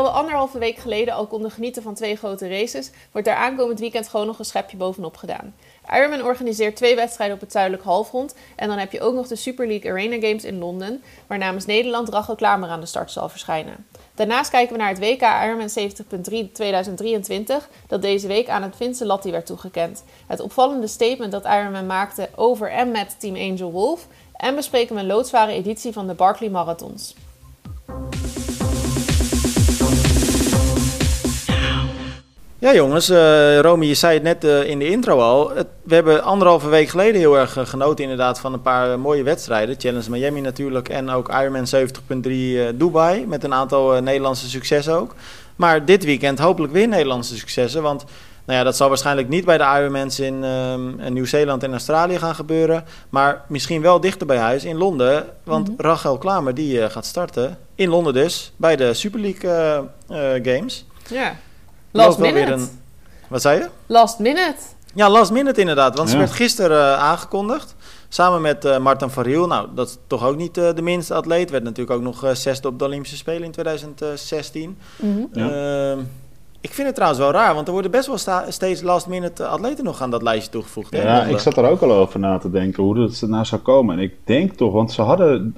anderhalve week geleden al konden genieten van 2 grote races, wordt er aankomend weekend gewoon nog een schepje bovenop gedaan. Ironman organiseert 2 wedstrijden op het zuidelijk halfrond en dan heb je ook nog de Super League Arena Games in Londen, waar namens Nederland Rachel Klamer aan de start zal verschijnen. Daarnaast kijken we naar het WK Ironman 70.3 2023, dat deze week aan het Finse Latti werd toegekend. Het opvallende statement dat Ironman maakte over en met Team Angel Wolf, en bespreken we een loodzware editie van de Barkley Marathons. Ja jongens, Romy, je zei het net in de intro al. We hebben anderhalve week geleden heel erg genoten inderdaad van een paar mooie wedstrijden. Challenge Miami natuurlijk en ook Ironman 70.3 Dubai met een aantal Nederlandse successen ook. Maar dit weekend hopelijk weer Nederlandse successen, want nou ja, dat zal waarschijnlijk niet bij de Ironmans in Nieuw-Zeeland en Australië gaan gebeuren. Maar misschien wel dichter bij huis in Londen, want Rachel Klamer die gaat starten in Londen dus bij de Super League Games. Ja. Last minute. Wat zei je? Last minute. Ja, last minute inderdaad. Want ze werd gisteren aangekondigd. Samen met Martin van Riel. Nou, dat is toch ook niet de minste atleet. Werd natuurlijk ook nog 6e op de Olympische Spelen in 2016. Ik vind het trouwens wel raar. Want er worden best wel steeds last minute atleten nog aan dat lijstje toegevoegd. Hè? Ja, ik zat er ook al over na te denken hoe dat nou zou komen. En ik denk toch, want ze hadden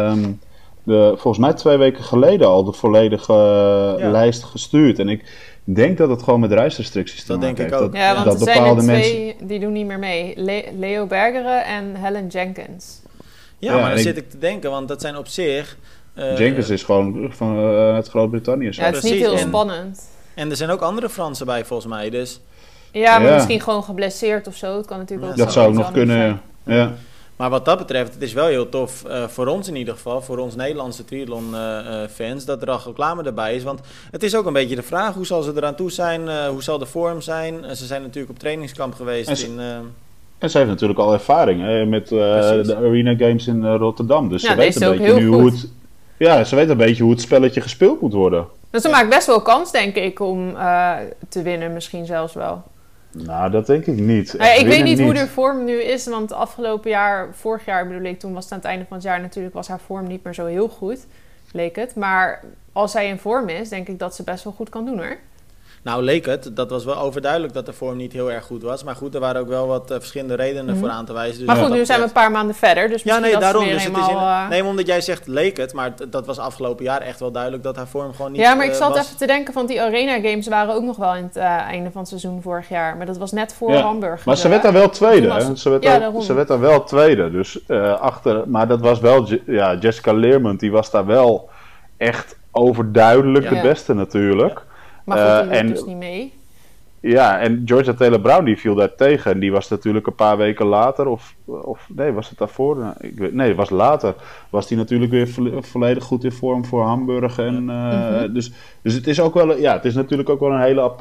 volgens mij 2 weken geleden al de volledige lijst gestuurd. En ik denk dat het gewoon met reisrestricties te maken heeft. Dat denk ik ook. Ja, want er zijn er 2 die doen niet meer mee. Leo Bergeren en Helen Jenkins. Ja, maar dan zit ik te denken, want dat zijn op zich... Jenkins is gewoon uit Groot-Brittannië. Ja, het is niet heel spannend. En er zijn ook andere Fransen bij, volgens mij. Dus... Ja, maar misschien gewoon geblesseerd of zo. Het kan natuurlijk ook dat zou ook nog kunnen, ja. Maar wat dat betreft, het is wel heel tof voor ons in ieder geval, voor ons Nederlandse triathlon-fans, dat Rachel Klamer erbij is. Want het is ook een beetje de vraag, hoe zal ze eraan toe zijn? Hoe zal de vorm zijn? Ze zijn natuurlijk op trainingskamp geweest. En ze heeft natuurlijk al ervaring met de Arena Games in Rotterdam. Dus ze weet een beetje nu hoe het... Ja, ze weet een beetje hoe het spelletje gespeeld moet worden. Dus ze maakt best wel kans, denk ik, om te winnen misschien zelfs wel. Nou, dat denk ik niet. Ik weet niet hoe de vorm nu is, want afgelopen jaar, vorig jaar bedoel ik, toen was het aan het einde van het jaar natuurlijk, was haar vorm niet meer zo heel goed, leek het. Maar als zij in vorm is, denk ik dat ze best wel goed kan doen, hoor. Nou, leek het. Dat was wel overduidelijk dat de vorm niet heel erg goed was. Maar goed, er waren ook wel wat verschillende redenen voor aan te wijzen. Dus maar goed, nu zijn we een paar maanden verder. Dus ja, nee, dat daarom. weer Dus eenmaal, nee, omdat jij zegt leek het. Maar dat was afgelopen jaar echt wel duidelijk dat haar vorm gewoon niet Ja, maar ik zat was. even te denken, van die Arena Games waren ook nog wel in het einde van het seizoen vorig jaar. Maar dat was net voor Hamburg. Maar ze werd daar wel tweede. Hè? Ze werd daar wel tweede. Dus maar dat was wel... Ja, Jessica Learmont, die was daar wel echt overduidelijk de beste natuurlijk. Maar goed, die doet dus niet mee. Ja, en Georgia Taylor-Brown die viel daar tegen. En die was natuurlijk een paar weken later, of nee, was het daarvoor? Nou, nee, het was later. Was die natuurlijk weer volledig goed in vorm voor Hamburg. En, dus het is ook wel, het is natuurlijk ook wel een hele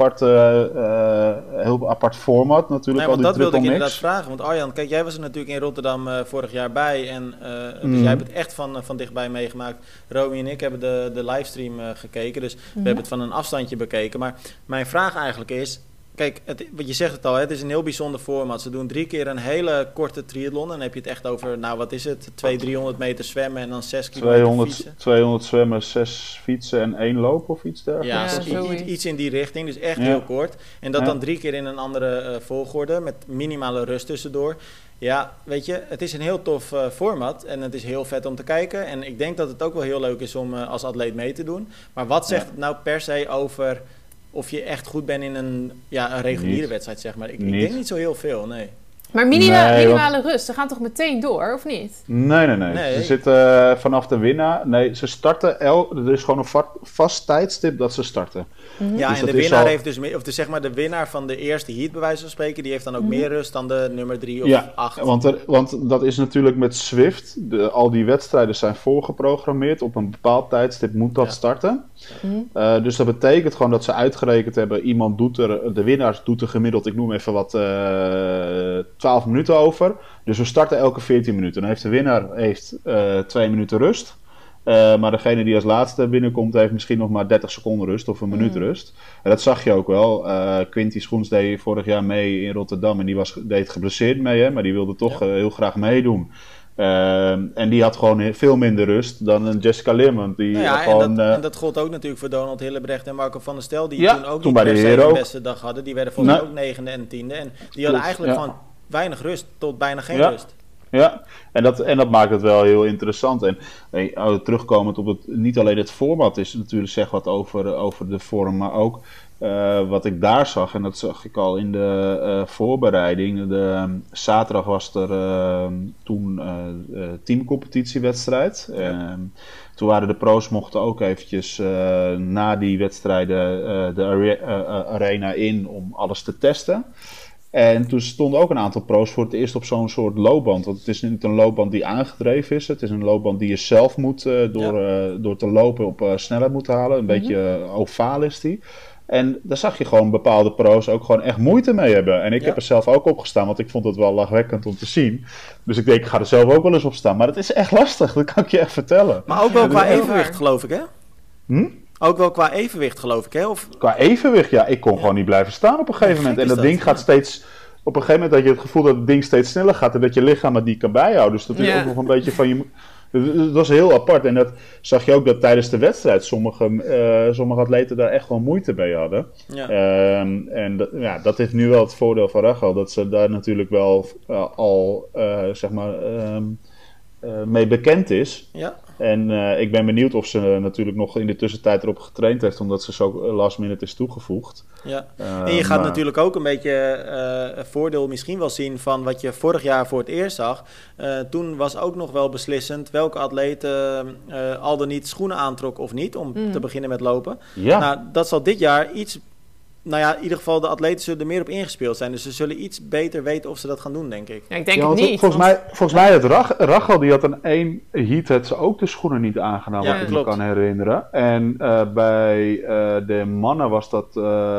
heel apart format natuurlijk. Nee, want dat wilde ik inderdaad vragen. Want Arjan, kijk, jij was er natuurlijk in Rotterdam vorig jaar bij. En dus jij hebt het echt van dichtbij meegemaakt. Romy en ik hebben de livestream gekeken. Dus we hebben het van een afstandje bekeken. Maar mijn vraag eigenlijk is... Kijk, wat je zegt het al, het is een heel bijzonder format. Ze doen 3 keer een hele korte triathlon. En dan heb je het echt over, nou wat is het, 200-300 meter zwemmen en dan 6 kilometer fietsen. 200 zwemmen, 6 fietsen en 1 lopen of iets dergelijks. Ja, iets in die richting, dus echt heel kort. En dat dan 3 keer in een andere volgorde, met minimale rust tussendoor. Ja, weet je, het is een heel tof format en het is heel vet om te kijken. En ik denk dat het ook wel heel leuk is om als atleet mee te doen. Maar wat zegt het nou per se over... of je echt goed bent in een reguliere wedstrijd, zeg maar. Ik denk niet zo heel veel, nee. Maar minimale rust, ze gaan toch meteen door, of niet? Nee. Ze zitten vanaf de winnaar... Nee, ze starten... Er is gewoon een vast tijdstip dat ze starten. Ja, dus en de winnaar heeft dus meer... Of zeg maar de winnaar van de eerste heat, bij wijze van spreken... die heeft dan ook meer rust dan de nummer 3 of 8. Want dat is natuurlijk met Zwift... al die wedstrijden zijn voorgeprogrammeerd. Op een bepaald tijdstip moet dat starten. Dus dat betekent gewoon dat ze uitgerekend hebben... iemand doet de winnaar doet er gemiddeld... ik noem even wat... 12 minuten over. Dus we starten elke 14 minuten. Dan heeft de winnaar 2 minuten rust. Maar degene die als laatste binnenkomt... heeft misschien nog maar 30 seconden rust of een minuut rust. En dat zag je ook wel. Quinty Schoens deed vorig jaar mee in Rotterdam... en die deed geblesseerd mee, hè, maar die wilde toch heel graag meedoen. En die had gewoon veel minder rust dan een Jessica Learmonth. Die en dat gold ook natuurlijk voor Donald Hillebrecht en Marco van der Stel. Die toen ook niet per se de beste dag hadden. Die werden volgens mij ook 9e en 10e. En die hadden eigenlijk gewoon weinig rust tot bijna geen rust. Ja, en dat maakt het wel heel interessant. En terugkomend op niet alleen het format is natuurlijk zeg wat over de vorm, maar ook wat ik daar zag, en dat zag ik al in de voorbereiding. Zaterdag was er toen teamcompetitiewedstrijd. Toen waren de pro's mochten ook eventjes na die wedstrijden de arena in om alles te testen. En toen stonden ook een aantal pro's voor het eerst op zo'n soort loopband. Want het is niet een loopband die aangedreven is. Het is een loopband die je zelf moet, door te lopen op snelheid moet halen. Een beetje ovaal is die. En daar zag je gewoon bepaalde pro's ook gewoon echt moeite mee hebben. En ik heb er zelf ook op gestaan, want ik vond het wel lachwekkend om te zien. Dus ik denk, ik ga er zelf ook wel eens op staan. Maar het is echt lastig, dat kan ik je echt vertellen. Maar ook wel qua evenwicht, geloof ik, hè? Ook wel qua evenwicht, geloof ik, hè? Of... Qua evenwicht, ja. Ik kon gewoon niet blijven staan op een gegeven moment. En dat ding gaat steeds... Op een gegeven moment dat je het gevoel dat het ding steeds sneller gaat... en dat je lichaam het niet kan bijhouden. Dus dat is ook nog een beetje van je... Dat was heel apart. En dat zag je ook dat tijdens de wedstrijd... sommige atleten daar echt wel moeite mee hadden. Ja. Dat heeft nu wel het voordeel van Rachel. Dat ze daar natuurlijk wel mee bekend is. Ja. En ik ben benieuwd of ze natuurlijk nog in de tussentijd erop getraind heeft... omdat ze zo last minute is toegevoegd. Ja. En je gaat natuurlijk ook een beetje voordeel misschien wel zien... van wat je vorig jaar voor het eerst zag. Toen was ook nog wel beslissend... welke atleet al dan niet schoenen aantrok of niet... om te beginnen met lopen. Ja. Nou, dat zal dit jaar iets... Nou ja, in ieder geval de atleten zullen er meer op ingespeeld zijn. Dus ze zullen iets beter weten of ze dat gaan doen, denk ik. Ja, ik denk het niet. Volgens mij het Rachel, die had een één heat... had ze ook de schoenen niet aangenomen, wat ik me kan herinneren. En bij de mannen was dat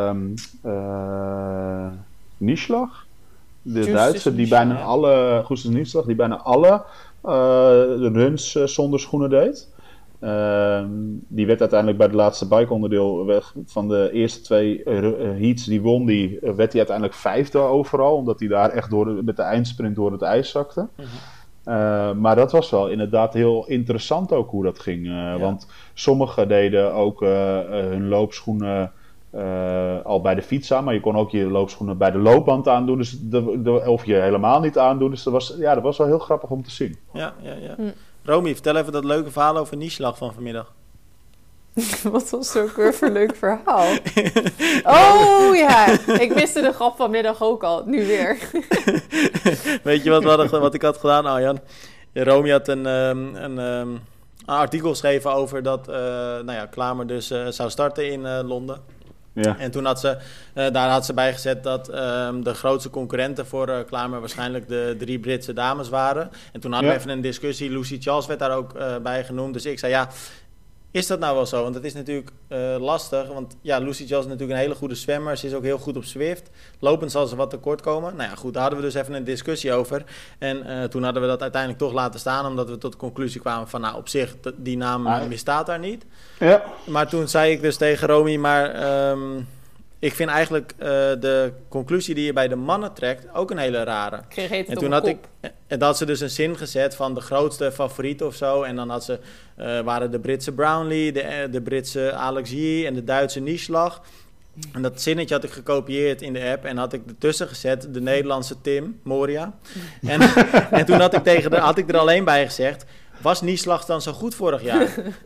Nieschlag. De Duitser, die bijna alle... Justus Nieschlag, die bijna alle runs zonder schoenen deed. Die werd uiteindelijk bij het laatste bike-onderdeel van de eerste 2 heats die won, werd hij uiteindelijk 5e overal, omdat hij daar echt met de eindsprint door het ijs zakte. Maar dat was wel inderdaad heel interessant ook hoe dat ging. Want sommigen deden ook hun loopschoenen al bij de fiets aan, maar je kon ook je loopschoenen bij de loopband aandoen, dus of je helemaal niet aandoen. Dus dat was wel heel grappig om te zien. Ja. Romy, vertel even dat leuke verhaal over Nieschlag van vanmiddag. Wat was ook weer voor een leuk verhaal? Oh ja, ik miste de grap vanmiddag ook al, nu weer. Weet je wat ik had gedaan, Arjan? Romy had een artikel geschreven over dat Klamer dus zou starten in Londen. Ja. En toen daar had ze bij gezet dat de grootste concurrenten voor Klamer waarschijnlijk de 3 Britse dames waren. En toen hadden we even een discussie. Lucy Charles werd daar ook bij genoemd. Dus ik zei, is dat nou wel zo? Want het is natuurlijk lastig. Want Lucy Charles is natuurlijk een hele goede zwemmer. Ze is ook heel goed op Zwift. Lopend zal ze wat tekort komen. Nou ja, goed, daar hadden we dus even een discussie over. En toen hadden we dat uiteindelijk toch laten staan. Omdat we tot de conclusie kwamen van, op zich, die naam bestaat daar niet. Ja. Maar toen zei ik dus tegen Romy, ik vind eigenlijk de conclusie die je bij de mannen trekt ook een hele rare. En toen had ze dus een zin gezet van de grootste favoriet of zo. En dan waren de Britse Brownlee, de Britse Alex Yee en de Duitse Nieschlag. En dat zinnetje had ik gekopieerd in de app en had ik ertussen gezet de Nederlandse Tim Moria. En toen had ik er alleen bij gezegd, was Nieschlag dan zo goed vorig jaar?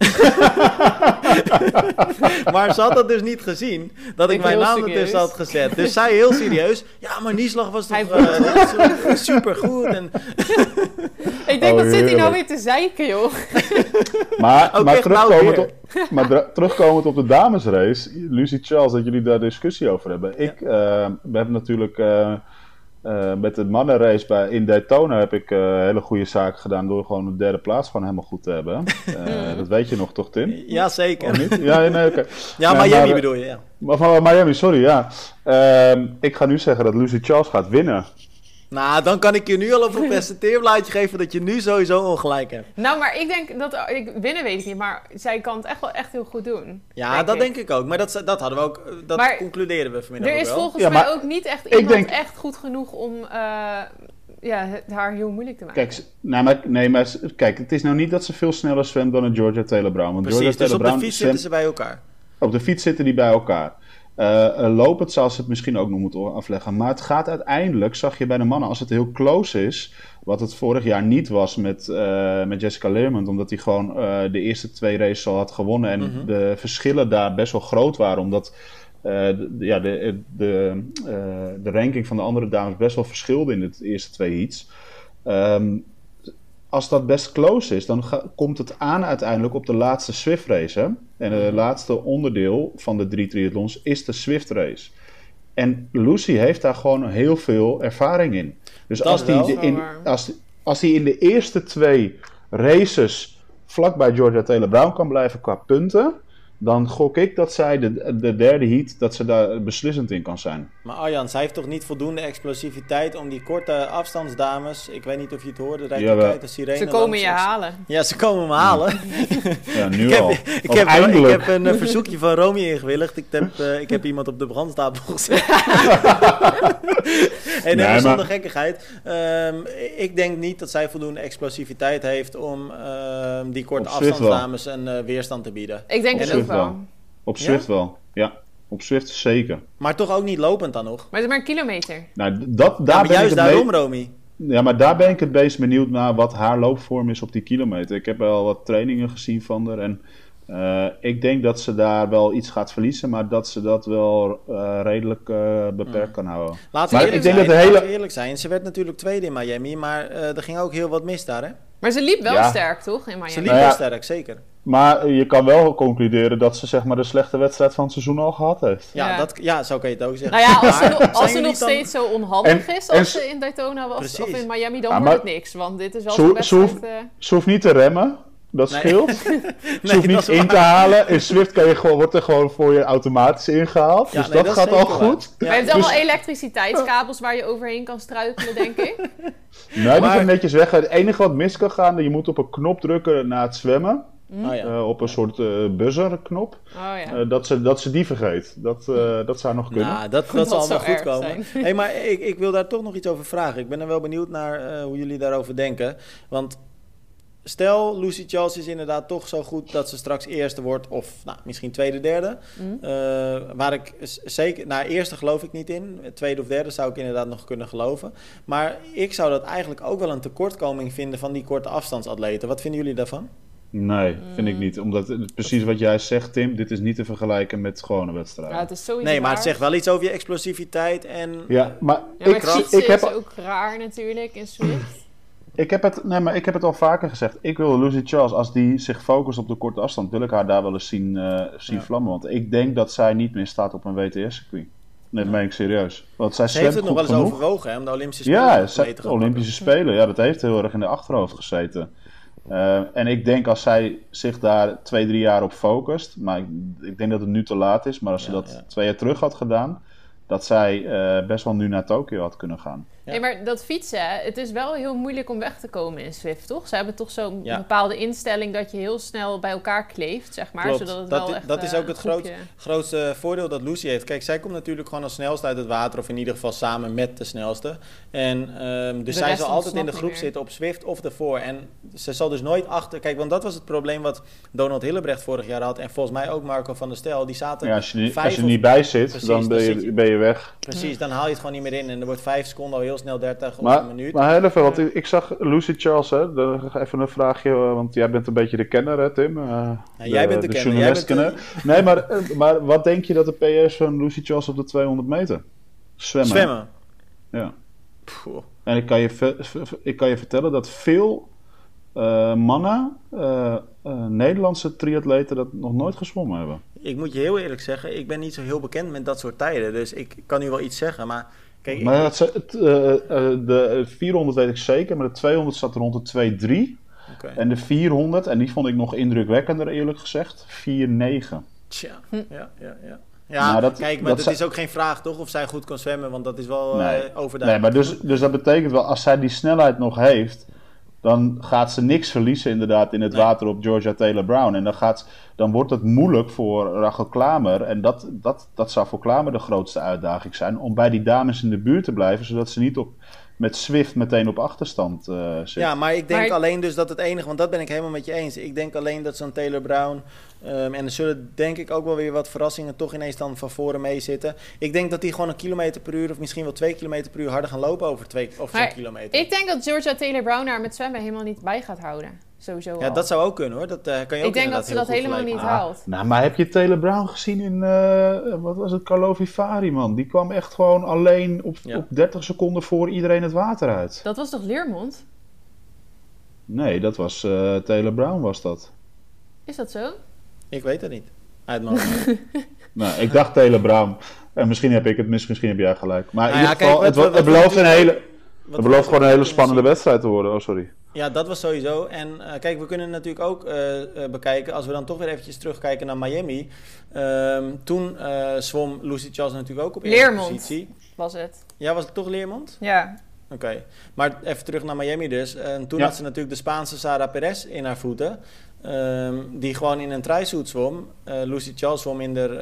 Maar ze had dat dus niet gezien, dat ik mijn naam ertussen had gezet. Dus zij heel serieus, maar Nieschlag was toch supergoed. En ik denk, wat zit hij nou weer te zeiken, joh? Maar terugkomend op de damesrace, Lucy Charles, dat jullie daar discussie over hebben. We hebben natuurlijk... met de mannenrace in Daytona heb ik hele goede zaken gedaan door gewoon de 3e plaats gewoon helemaal goed te hebben. Dat weet je nog toch, Tim? Ja, zeker. Of niet? Ja, nee, oké. Ja, Miami bedoel je, ja. Van Miami, sorry, ja. Ik ga nu zeggen dat Lucy Charles gaat winnen. Nou, dan kan ik je nu al op een presenteerblaadje geven dat je nu sowieso ongelijk hebt. Nou, maar ik denk dat... winnen weet ik niet, maar zij kan het echt wel echt heel goed doen. Ja, denk ik ook. Maar dat hadden we ook... Dat concludeerden we vanmiddag ook wel. Er is volgens mij ook niet echt iemand echt goed genoeg om haar heel moeilijk te maken. Kijk, het is nou niet dat ze veel sneller zwemt dan een Georgia Taylor Brown. Want Precies, Georgia dus Taylor op Brown de fiets zitten ze bij elkaar. Op de fiets zitten die bij elkaar. Lopend zal ze het misschien ook nog moeten afleggen. Maar het gaat uiteindelijk, zag je bij de mannen, als het heel close is, wat het vorig jaar niet was met Jessica Learmonth, omdat hij gewoon de eerste 2 races al had gewonnen en de verschillen daar best wel groot waren, omdat de ranking van de andere dames best wel verschilde in de eerste 2 heats. Als dat best close is, dan komt het aan uiteindelijk op de laatste Swift race. Hè? En het laatste onderdeel van de 3 triathlons is de Swift race. En Lucy heeft daar gewoon heel veel ervaring in. Dus als hij in de eerste 2 races vlak bij Georgia Taylor Brown kan blijven qua punten, dan gok ik dat zij de derde heat, dat ze daar beslissend in kan zijn. Maar Arjan, zij heeft toch niet voldoende explosiviteit om die korte afstandsdames, ik weet niet of je het hoorde, rijdt ook uit de sirene. Ze komen je halen. Ja, ze komen me halen. Ja, nu al. Ik heb een verzoekje van Romy ingewilligd. Ik heb iemand op de brandstapel gezet. En zonder gekkigheid. Ik denk niet dat zij voldoende explosiviteit heeft om die korte afstandsdames een weerstand te bieden. Ik denk het ook wel. Op Swift wel, ja. Op Swift zeker. Maar toch ook niet lopend dan nog? Maar het is maar een kilometer. Nou, Romy. Ja, maar daar ben ik het meest benieuwd naar wat haar loopvorm is op die kilometer. Ik heb wel wat trainingen gezien van haar en ik denk dat ze daar wel iets gaat verliezen, maar dat ze dat wel redelijk beperkt kan houden. Laten we eerlijk zijn. Ze werd natuurlijk tweede in Miami, maar er ging ook heel wat mis daar, hè? Maar ze liep wel sterk, toch? In Miami. Ze liep wel sterk, zeker. Maar je kan wel concluderen dat ze zeg maar de slechte wedstrijd van het seizoen al gehad heeft. Ja, zo kan je het ook zeggen. Nou ja, als ze nog steeds zo onhandig is als ze in Daytona was of in Miami, dan wordt het niks. Want dit is wel zo'n wedstrijd... Ze hoeft niet te remmen. Dat scheelt. Ze hoeft niet in te halen. In Swift wordt er gewoon voor je automatisch ingehaald. Ja, dus dat gaat al goed. Ja. Maar je hebt allemaal elektriciteitskabels waar je overheen kan struikelen, denk ik. Nee, die zijn netjes weg. Het enige wat mis kan gaan, je moet op een knop drukken na het zwemmen. Op een soort buzzer-knop. Dat ze die vergeet. Dat zou nog kunnen. Nou, dat zal wel goed komen. Hey, maar ik wil daar toch nog iets over vragen. Ik ben er wel benieuwd naar hoe jullie daarover denken. Want stel, Lucy Charles is inderdaad toch zo goed dat ze straks eerste wordt, of misschien tweede, derde. Waar ik zeker, eerste geloof ik niet in. Tweede of derde zou ik inderdaad nog kunnen geloven. Maar ik zou dat eigenlijk ook wel een tekortkoming vinden van die korte afstandsatleten. Wat vinden jullie daarvan? Nee, vind ik niet. Omdat precies wat jij zegt, Tim, dit is niet te vergelijken met gewone wedstrijden. Ja, het is sowieso maar het zegt wel iets over je explosiviteit en... Ja, maar ik heb ook raar natuurlijk in Swift. Ik heb het al vaker gezegd. Ik wil Lucy Charles, als die zich focust op de korte afstand, wil ik haar daar wel eens zien vlammen. Want ik denk dat zij niet meer staat op een WTS-circuit. Dat meen ik serieus. Want zij heeft het nog wel eens overwogen, hè, om de Olympische Spelen mee te gaan Olympische Spelen, ja, dat heeft heel erg in de achterhoofd gezeten. En ik denk als zij zich daar 2-3 jaar op focust, maar ik denk dat het nu te laat is, maar als ze dat 2 jaar terug had gedaan, dat zij best wel nu naar Tokio had kunnen gaan. Ja. Nee, maar dat fietsen, het is wel heel moeilijk om weg te komen in Swift, toch? Ze hebben toch zo'n bepaalde instelling dat je heel snel bij elkaar kleeft, zeg maar. Klopt. Zodat het dat is ook het grootste voordeel dat Lucy heeft. Kijk, zij komt natuurlijk gewoon als snelste uit het water, of in ieder geval samen met de snelste. En dus zij zal altijd in de groep zitten op Swift of ervoor. En ze zal dus nooit achter... Kijk, want dat was het probleem wat Donald Hillebrecht vorig jaar had. En volgens mij ook Marco van der Stel. Die zaten als je er niet bij zit, precies, dan ben je weg. Precies, dan haal je het gewoon niet meer in. En er wordt 5 seconden al heel snel 30 of een minuut. Maar heel even, want ik zag Lucy Charles, hè, even een vraagje, want jij bent een beetje de kenner, hè, Tim? Jij bent de kenner. Nee, maar wat denk je dat de PS van Lucy Charles op de 200 meter? Zwemmen. Ja. Poeh. En ik kan je vertellen dat veel mannen, Nederlandse triatleten, dat nog nooit gezwommen hebben. Ik moet je heel eerlijk zeggen, ik ben niet zo heel bekend met dat soort tijden. Dus ik kan nu wel iets zeggen, maar... Kijk, maar de 400 weet ik zeker, maar de 200 staat rond de 2,3. Okay. En de 400, en die vond ik nog indrukwekkender eerlijk gezegd, 4,9. Tja, ja, maar dat is ook geen vraag toch, of zij goed kan zwemmen, want dat is wel overduidelijk. Nee, maar dus dat betekent wel, als zij die snelheid nog heeft, dan gaat ze niks verliezen inderdaad in het water op Georgia Taylor Brown. En dan wordt het moeilijk voor Rachel Klamer. En dat zou voor Klamer de grootste uitdaging zijn, om bij die dames in de buurt te blijven, zodat ze niet op met Swift meteen op achterstand zit. Ja, maar ik denk alleen dus dat het enige, want dat ben ik helemaal met je eens. Ik denk alleen dat zo'n Taylor Brown, en er zullen denk ik ook wel weer wat verrassingen toch ineens dan van voren mee zitten. Ik denk dat die gewoon 1 kilometer per uur of misschien wel 2 kilometer per uur harder gaan lopen over 2 kilometer. Ik denk dat Georgia Taylor Brown daar met zwemmen helemaal niet bij gaat houden. Sowieso ja, al. Dat zou ook kunnen hoor. Dat kan je ook. Ik denk dat ze dat helemaal niet haalt. Nou, maar heb je Taylor Brown gezien in, wat was het, Carlo Vivari, man? Die kwam echt gewoon alleen op 30 seconden voor iedereen het water uit. Dat was toch Leermond? Nee, dat was Taylor Brown was dat. Is dat zo? Ik weet het niet. Uit mijn hoofd. Nou, ik dacht Taylor Brown. En misschien heb ik het misschien heb jij gelijk. Maar in ieder kijk, geval, het belooft gewoon een hele spannende wedstrijd te worden. Oh, sorry. Ja, dat was sowieso. En kijk, we kunnen natuurlijk ook bekijken, als we dan toch weer eventjes terugkijken naar Miami. Toen zwom Lucy Charles natuurlijk ook op eerste positie. Was het. Ja, was het toch Leermond? Ja. Oké. Maar even terug naar Miami dus. Toen had ze natuurlijk de Spaanse Sara Perez in haar voeten. Die gewoon in een try-suit zwom. Lucy Charles zwom in de...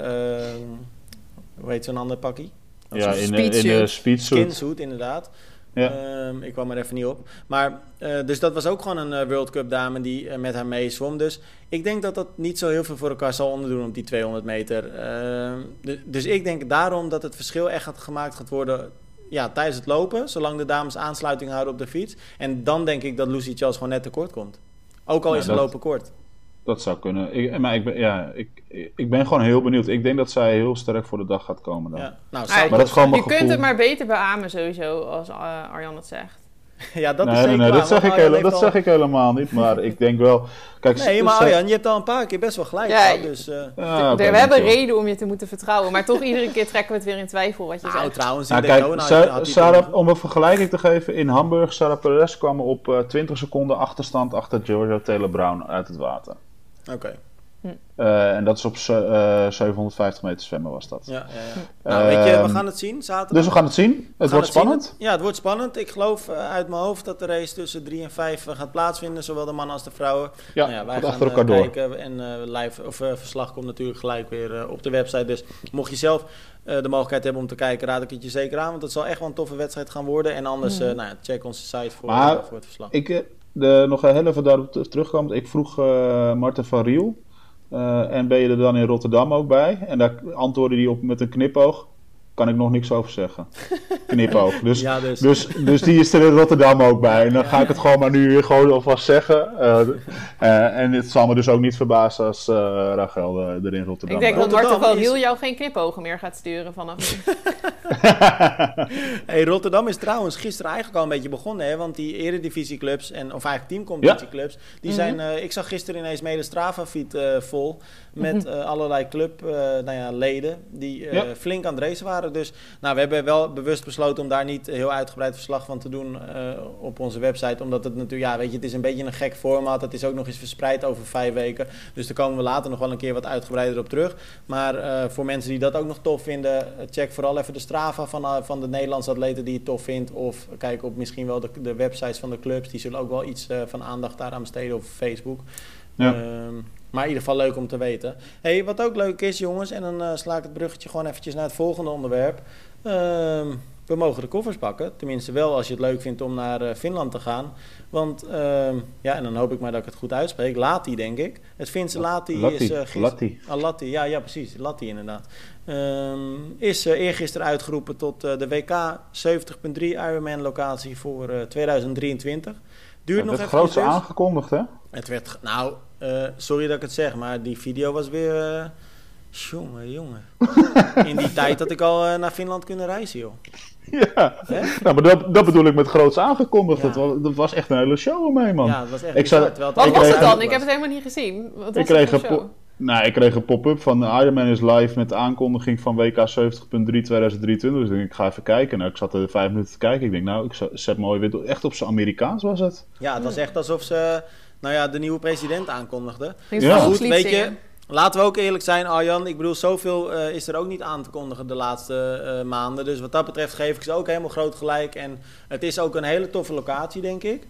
hoe heet zo'n ander pakkie? Ja, in de speedsuit. Skinsuit, inderdaad. Ja. Ik kwam er even niet op. Maar, dus dat was ook gewoon een World Cup dame die met haar mee zwom. Dus ik denk dat dat niet zo heel veel voor elkaar zal onderdoen op die 200 meter. Dus ik denk daarom dat het verschil echt gemaakt gaat worden tijdens het lopen. Zolang de dames aansluiting houden op de fiets. En dan denk ik dat Lucy Charles gewoon net tekort komt. Ook al is het lopen kort. Dat zou kunnen. Ik ben gewoon heel benieuwd. Ik denk dat zij heel sterk voor de dag gaat komen dan. Ja. Nou, maar dat is gewoon je kunt het maar beter beamen sowieso, als Arjan het zegt. Ja, dat is zeker. Nee, dat zeg ik helemaal niet. Maar ik denk wel... Kijk, maar Arjan, je hebt al een paar keer best wel gelijk gehad. Dus, we hebben reden om je te moeten vertrouwen. Maar toch iedere keer trekken we het weer in twijfel wat je zegt. Trouwens, Sarah, om een vergelijking te geven. In Hamburg, Sarah Perez kwam op 20 seconden achterstand achter Georgia Taylor Brown uit het water. Oké. En dat is op 750 meter zwemmen was dat. Ja. Nou, weet je, we gaan het zien zaterdag. Dus we gaan het zien. Het wordt spannend. Het wordt spannend. Ik geloof uit mijn hoofd dat de race tussen 3 en 5 gaat plaatsvinden. Zowel de mannen als de vrouwen. Ja, wij gaan achter elkaar kijken. Door. En verslag komt natuurlijk gelijk weer op de website. Dus mocht je zelf de mogelijkheid hebben om te kijken, raad ik het je zeker aan. Want het zal echt wel een toffe wedstrijd gaan worden. En anders check onze site voor het verslag. Nog heel even daarop terugkomen. Ik vroeg Marten van Riel. En ben je er dan in Rotterdam ook bij? En daar antwoordde hij op met een knipoog. Kan ik nog niks over zeggen. Knipoog. Dus die is er in Rotterdam ook bij. En dan ga ik het gewoon maar nu gewoon alvast zeggen. En het zal me dus ook niet verbazen als Rachel er in Rotterdam is. Ik denk dat Marten van Riel jou geen knipogen meer gaat sturen vanaf nu. Rotterdam is trouwens gisteren eigenlijk al een beetje begonnen. Hè? Want die eredivisieclubs, of eigenlijk teamcompetitieclubs, die zijn... ik zag gisteren ineens mede Strava-feed vol. Met allerlei clubleden die flink aan het racen waren. Dus we hebben wel bewust besloten om daar niet heel uitgebreid verslag van te doen op onze website. Omdat het natuurlijk, het is een beetje een gek format. Het is ook nog eens verspreid over 5 weken. Dus daar komen we later nog wel een keer wat uitgebreider op terug. Maar voor mensen die dat ook nog tof vinden, check vooral even de Strava van de Nederlandse atleten die je tof vindt. Of kijk op misschien wel de websites van de clubs. Die zullen ook wel iets van aandacht daaraan besteden op Facebook. Ja. Maar in ieder geval leuk om te weten. Wat ook leuk is, jongens, en dan sla ik het bruggetje gewoon eventjes naar het volgende onderwerp. We mogen de koffers pakken. Tenminste wel als je het leuk vindt om naar Finland te gaan. Want, en dan hoop ik maar dat ik het goed uitspreek. Lati, denk ik. Het Finse Lati is gisteren... Lati, ja, precies. Lati, inderdaad. Is eergisteren uitgeroepen tot de WK 70.3 Ironman locatie voor 2023. Duurt nog even. Het grootste aangekondigd, hè? Het werd... sorry dat ik het zeg, maar die video was weer... jongen. In die tijd had ik al naar Finland kunnen reizen, joh. Ja, maar dat bedoel ik met groots aangekondigd. Ja. Dat was echt een hele show ermee, man. Ja, dat was echt bizar. Wat was het dan? Ik heb het helemaal niet gezien. Ik kreeg een pop-up van Ironman is live met de aankondiging van WK 70.3 2023. Dus ik ga even kijken. Ik zat er 5 minuten te kijken. Ik denk, ik zet mooi weer... Echt op zijn Amerikaans was het. Ja, het was echt alsof ze... de nieuwe president aankondigde. Ja. Goed, weet je... Laten we ook eerlijk zijn, Arjan. Ik bedoel, zoveel is er ook niet aan te kondigen de laatste maanden. Dus wat dat betreft geef ik ze ook helemaal groot gelijk. En het is ook een hele toffe locatie, denk ik.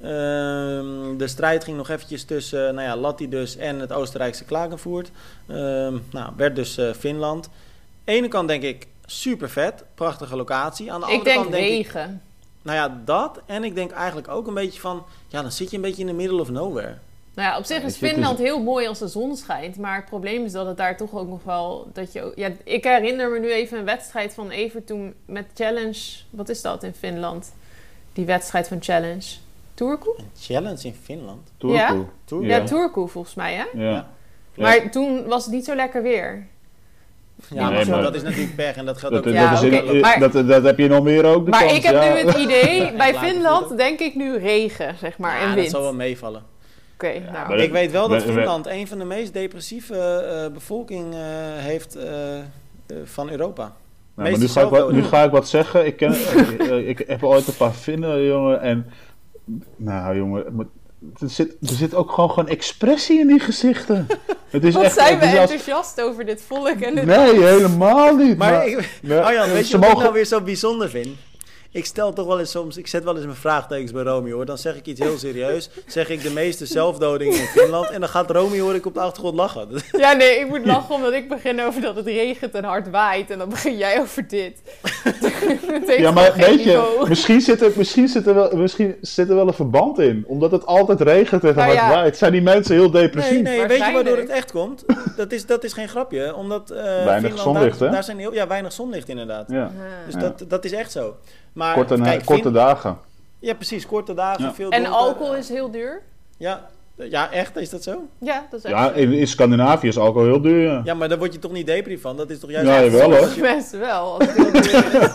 De strijd ging nog eventjes tussen Lati dus en het Oostenrijkse Klagenvoort. Werd dus Finland. Ene kant denk ik super vet, prachtige locatie. Aan de andere kant denk regen. Nou ja, dat. En ik denk eigenlijk ook een beetje van... Ja, dan zit je een beetje in the middle of nowhere. Nou ja, op zich is Finland heel mooi als de zon schijnt. Maar het probleem is dat het daar toch ook nog wel... ik herinner me nu even een wedstrijd van even toen met Challenge... Wat is dat in Finland? Die wedstrijd van Challenge. Turku? Een challenge in Finland? Turku. Ja? Turku? Ja, Turku volgens mij, hè? Ja. Maar toen was het niet zo lekker weer. Ja, Nee, maar dat is natuurlijk pech en dat geldt ook... Dat heb je nog meer ook. Maar ik heb nu het idee, bij Finland denk ik nu regen, zeg maar, en wind. dat zal wel meevallen. Oké, nou. Ik weet wel dat Finland een van de meest depressieve bevolking heeft van Europa. Nou, maar nu ga ik wat zeggen. Ik heb ooit een paar Finnen, jongen. En nou, jongen, er zit ook gewoon expressie in die gezichten. Het is Wat zijn we enthousiast over dit volk en dit... Nee, helemaal niet. Maar Arjan, weet je wat ik nou weer zo bijzonder vind? Ik stel toch wel eens soms, ik zet wel eens mijn vraagtekens bij Romy, hoor. Dan zeg ik iets heel serieus. Zeg ik de meeste zelfdodingen in Finland. En dan gaat Romy, hoor ik op de achtergrond lachen. Ja, nee, ik moet lachen omdat ik begin over dat het regent en hard waait. En dan begin jij over dit. Ja, maar weet je, misschien zit er wel een verband in. Omdat het altijd regent en hard waait. Zijn die mensen heel depressief? Nee, weet je waardoor het echt komt? Dat is geen grapje. Omdat weinig Finland, zonlicht, hè? Daar zijn weinig zonlicht inderdaad. Ja. Dus dat is echt zo. Maar, korte dagen. Ja, precies. Korte dagen. Veel en alcohol is heel duur? Ja, echt? Is dat zo? Ja, dat is echt zo. In Scandinavië is alcohol heel duur, ja. Ja, maar daar word je toch niet depri van? Dat is toch juist... Ja, wel hoor. Mensen wel, als het heel duur is.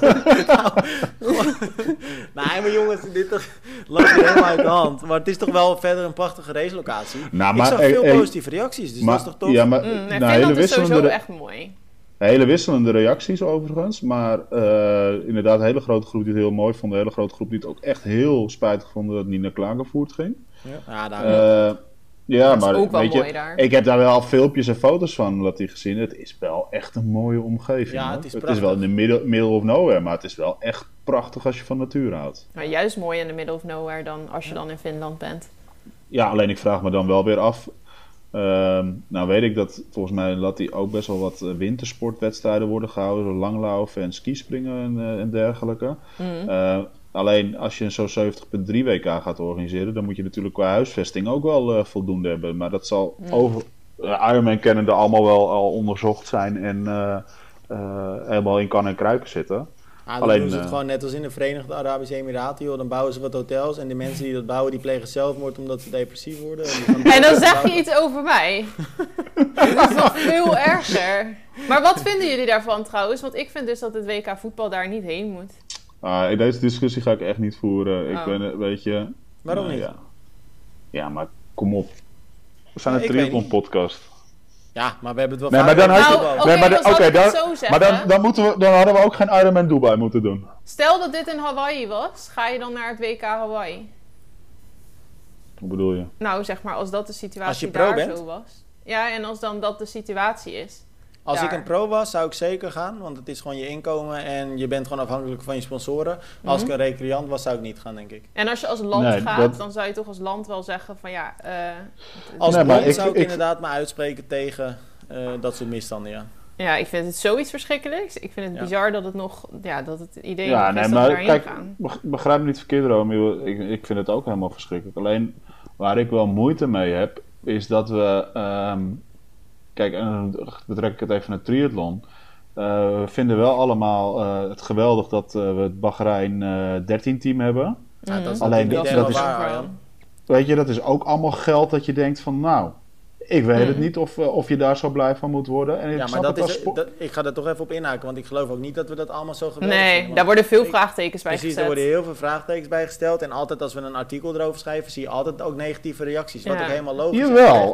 Nee, maar jongens, dit loopt helemaal uit de hand. Maar het is toch wel verder een prachtige racelocatie. Ik zag veel positieve reacties, dus dat is toch tof? Ja, maar Finland is sowieso echt mooi. Hele wisselende reacties overigens, maar inderdaad een hele grote groep die het heel mooi vond, een hele grote groep die het ook echt heel spijtig vonden dat het niet naar Klagenvoort ging. Maar weet je, ik heb daar wel filmpjes en foto's van laten gezien. Het is wel echt een mooie omgeving. Ja, het is wel in de middle of nowhere, maar het is wel echt prachtig als je van natuur houdt. Maar juist mooi in de middle of nowhere dan als je dan in Finland bent. Ja, alleen ik vraag me dan wel weer af. Nou weet ik dat volgens mij laat hij ook best wel wat wintersportwedstrijden worden gehouden, zo langlaufen en skispringen en dergelijke. Alleen als je een zo'n 70.3 WK gaat organiseren, dan moet je natuurlijk qua huisvesting ook wel voldoende hebben. Maar dat zal Ironman kennende allemaal wel al onderzocht zijn en helemaal in kan en kruiken zitten. Dan doen ze het gewoon net als in de Verenigde Arabische Emiraten, joh. Dan bouwen ze wat hotels en de mensen die dat bouwen, die plegen zelfmoord omdat ze depressief worden. En dan zeg je iets over mij. Dat is nog veel erger. Maar wat vinden jullie daarvan trouwens? Want ik vind dus dat het WK voetbal daar niet heen moet. In deze discussie ga ik echt niet voeren. Ik ben, weet je... Waarom niet? Ja, maar kom op. We zijn een triathlon podcast. Ja, maar we hebben het wel dan hadden we ook geen Ironman Dubai moeten doen. Stel dat dit in Hawaii was, ga je dan naar het WK Hawaii? Hoe bedoel je? Nou, zeg maar, als dat de situatie als je pro daar bent? zo was. Ja, en als dan dat de situatie is. Als ik een pro was, zou ik zeker gaan. Want het is gewoon je inkomen en je bent gewoon afhankelijk van je sponsoren. Als ik een recreant was, zou ik niet gaan, denk ik. En als je als land gaat, dan zou je toch als land wel zeggen van ja... als land zou ik inderdaad me uitspreken tegen dat soort misstanden, ja. Ja, ik vind het zoiets verschrikkelijks. Ik vind het bizar dat het nog... Ja, dat het idee nog is dat we daarheen gaan. Begrijp me niet verkeerd, Romy. Ik vind het ook helemaal verschrikkelijk. Alleen, waar ik wel moeite mee heb, is dat we... Kijk, en dan betrek ik het even naar triathlon. We vinden wel allemaal het geweldig dat we het Bahrein 13-team hebben. Ja, dat is alleen niet dat is waar. Weet je, dat is ook allemaal geld dat je denkt van nou... Ik weet het niet of je daar zo blij van moet worden. En ik ga daar toch even op inhaken, want ik geloof ook niet dat we dat allemaal zo geweldig vinden. Daar worden veel vraagtekens bij gezet. Precies, er worden heel veel vraagtekens bij gesteld. En altijd als we een artikel erover schrijven, zie je altijd ook negatieve reacties. Wat ook helemaal logisch is. Jawel,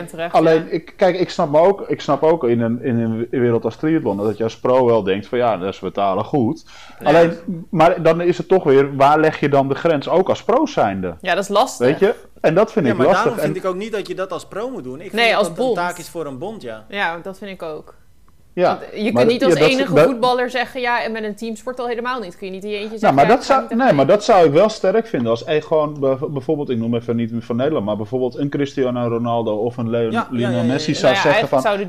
ik snap ook in een wereld als triathlon dat je als pro wel denkt van ja, dat is betalen goed. Ja. Alleen, maar dan is het toch weer, waar leg je dan de grens ook als pro zijnde? Ja, dat is lastig. Weet je? En dat vind ik lastig. Maar daarom vind ik ook niet dat je dat als pro moet doen. Ik vind als dat bond. een taak is voor een bond, ja. Ja, dat vind ik ook. Ja, je kunt niet als enige voetballer zeggen, ja, en met een teamsport al helemaal niet. Kun je niet in je eentje zeggen... maar dat zou ik wel sterk vinden. Als gewoon bijvoorbeeld, ik noem even niet van Nederland, maar bijvoorbeeld een Cristiano Ronaldo of een Lionel Messi zou zeggen van...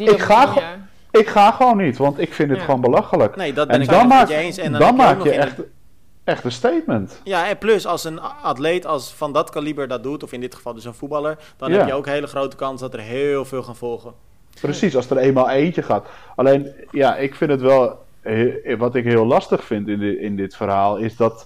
Ik ga gewoon niet, want ik vind het gewoon belachelijk. Nee, dat ben ik niet met je eens. En dan maak je echt... echt een statement. Ja, en plus als een atleet als van dat kaliber dat doet, of in dit geval dus een voetballer, dan heb je ook hele grote kans dat er heel veel gaan volgen. Precies, als er eenmaal eentje gaat. Alleen, ja, ik vind het wel... Wat ik heel lastig vind in dit verhaal is dat...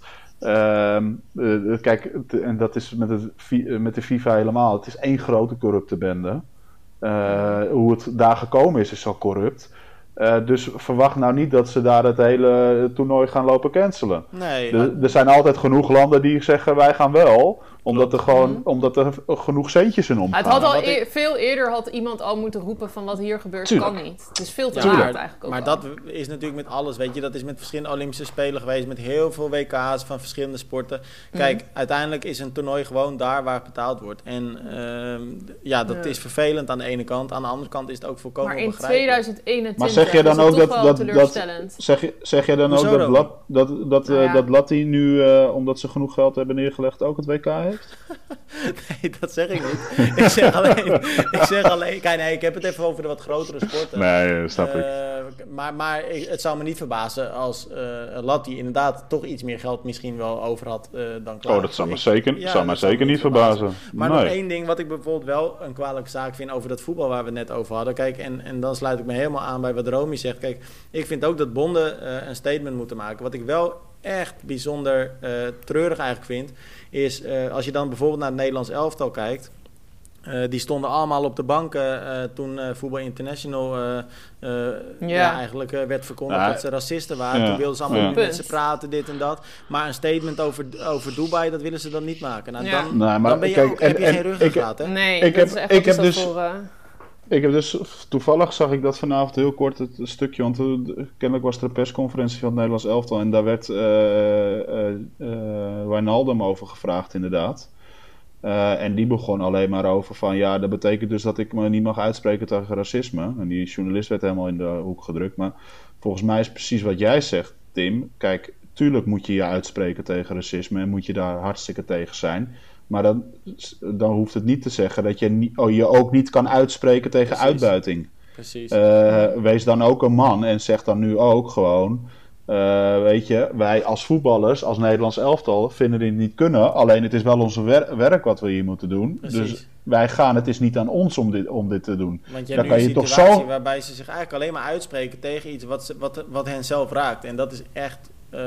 kijk, en dat is met de FIFA helemaal. Het is één grote corrupte bende. Hoe het daar gekomen is al corrupt. Dus verwacht nou niet dat ze daar het hele toernooi gaan lopen cancelen. Nee, Er zijn altijd genoeg landen die zeggen wij gaan wel. Omdat er genoeg centjes in omgaan. Het had al veel eerder had iemand al moeten roepen van wat hier gebeurt kan niet. Het is veel te laat eigenlijk ook. Maar dat is natuurlijk met alles, weet je. Dat is met verschillende Olympische Spelen geweest. Met heel veel WK's van verschillende sporten. Kijk, uiteindelijk is een toernooi gewoon daar waar het betaald wordt. En dat is vervelend aan de ene kant. Aan de andere kant is het ook volkomen begrijpelijk. Maar in 2021 maar zeg je dan ook zeg je dan Hoezo ook dat Latti nu, omdat ze genoeg geld hebben neergelegd, ook het WK heeft? Nee, dat zeg ik niet. Ik zeg alleen... Kijk, nee, ik heb het even over de wat grotere sporten. Nee, snap ik. Maar het zou me niet verbazen als Latti inderdaad toch iets meer geld misschien wel over had dan klaar. Oh, dat zou me zeker niet verbazen. Maar nog één ding wat ik bijvoorbeeld wel een kwalijke zaak vind over dat voetbal waar we het net over hadden. Kijk, en dan sluit ik me helemaal aan bij wat Romy zegt. Kijk, ik vind ook dat bonden een statement moeten maken. Wat ik wel echt bijzonder treurig eigenlijk vind, is als je dan bijvoorbeeld naar het Nederlands elftal kijkt. Die stonden allemaal op de banken toen Voetbal International eigenlijk werd verkondigd dat ze racisten waren. Ja. Toen wilden ze allemaal met ze praten, dit en dat. Maar een statement over Dubai, dat willen ze dan niet maken. Nou, dan ben je heb je geen ruggengraat, hè? Nee, ik heb dus toevallig zag ik dat vanavond heel kort het stukje, want kennelijk was er een persconferentie van het Nederlands elftal en daar werd Wijnaldum over gevraagd inderdaad. En die begon alleen maar over van ja, dat betekent dus dat ik me niet mag uitspreken tegen racisme. En die journalist werd helemaal in de hoek gedrukt. Maar volgens mij is precies wat jij zegt, Tim. Kijk, tuurlijk moet je je uitspreken tegen racisme en moet je daar hartstikke tegen zijn. Maar dan hoeft het niet te zeggen dat je ook niet kan uitspreken tegen uitbuiting. Precies. Wees dan ook een man en zeg dan nu ook gewoon... weet je, wij als voetballers, als Nederlands elftal, vinden dit niet kunnen. Alleen het is wel onze werk wat we hier moeten doen. Precies. Dus wij gaan, het is niet aan ons om dit te doen. Want je hebt nu een situatie waarbij ze zich eigenlijk alleen maar uitspreken tegen iets wat hen zelf raakt. En dat is echt,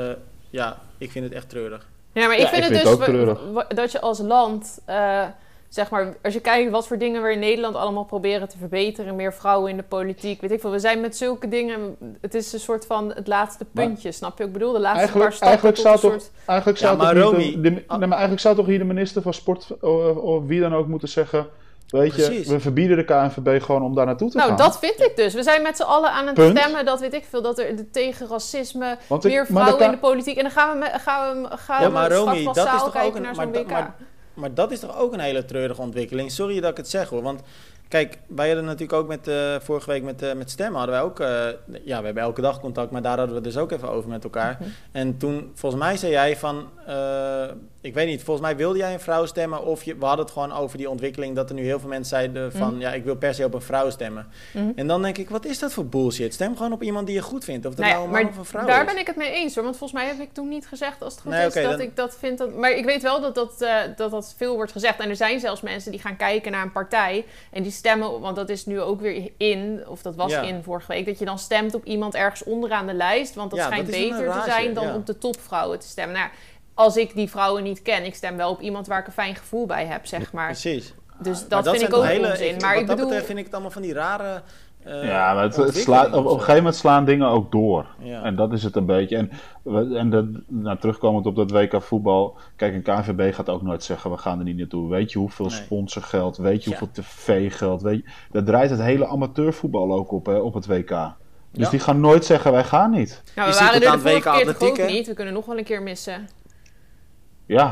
ik vind het echt treurig. Ja, maar ik vind het dus dat je als land, zeg maar, als je kijkt wat voor dingen we in Nederland allemaal proberen te verbeteren, meer vrouwen in de politiek, weet ik veel. We zijn met zulke dingen, het is een soort van het laatste puntje, snap je? Ik bedoel, de laatste paar stappen tot een soort... Eigenlijk zou toch hier de minister van Sport of wie dan ook moeten zeggen... Weet je, we verbieden de KNVB gewoon om daar naartoe te gaan. Nou, dat vind ik dus. We zijn met z'n allen aan het stemmen, dat weet ik veel, dat er tegen racisme, meer vrouwen in de politiek. En dan gaan we straks massaal kijken naar zo'n WK. Maar dat is toch ook een hele treurige ontwikkeling. Sorry dat ik het zeg hoor, want... Kijk, wij hadden natuurlijk ook vorige week met Stem hadden wij ook... we hebben elke dag contact, maar daar hadden we het dus ook even over met elkaar. Mm-hmm. En toen, volgens mij zei jij van... ik weet niet, volgens mij wilde jij een vrouw stemmen... of we hadden het gewoon over die ontwikkeling... dat er nu heel veel mensen zeiden van... ik wil per se op een vrouw stemmen. Mm-hmm. En dan denk ik, wat is dat voor bullshit? Stem gewoon op iemand die je goed vindt. Of dat nou een man of een vrouw daar is. Ben ik het mee eens hoor. Want volgens mij heb ik toen niet gezegd... als het goed is dat ik dat vind... Maar ik weet wel dat veel wordt gezegd. En er zijn zelfs mensen die gaan kijken naar een partij... en die stemmen, want dat is nu ook weer of dat was in vorige week... dat je dan stemt op iemand ergens onderaan de lijst... want dat schijnt beter te zijn dan op de topvrouwen te stemmen. Nou, als ik die vrouwen niet ken, ik stem wel op iemand waar ik een fijn gevoel bij heb, zeg maar. Precies. Dus dat vind ik ook onzin. Maar wat dat betreft vind ik het allemaal van die rare... maar op een gegeven moment slaan dingen ook door. Ja. En dat is het een beetje. Terugkomend op dat WK voetbal. Kijk, een KNVB gaat ook nooit zeggen, we gaan er niet naartoe. Weet je hoeveel sponsorgeld, weet je hoeveel tv-geld. Dat draait het hele amateurvoetbal ook op het WK. Dus die gaan nooit zeggen, wij gaan niet. Nou, we waren er de vorige keer toch ook niet. We kunnen nog wel een keer missen. Ja.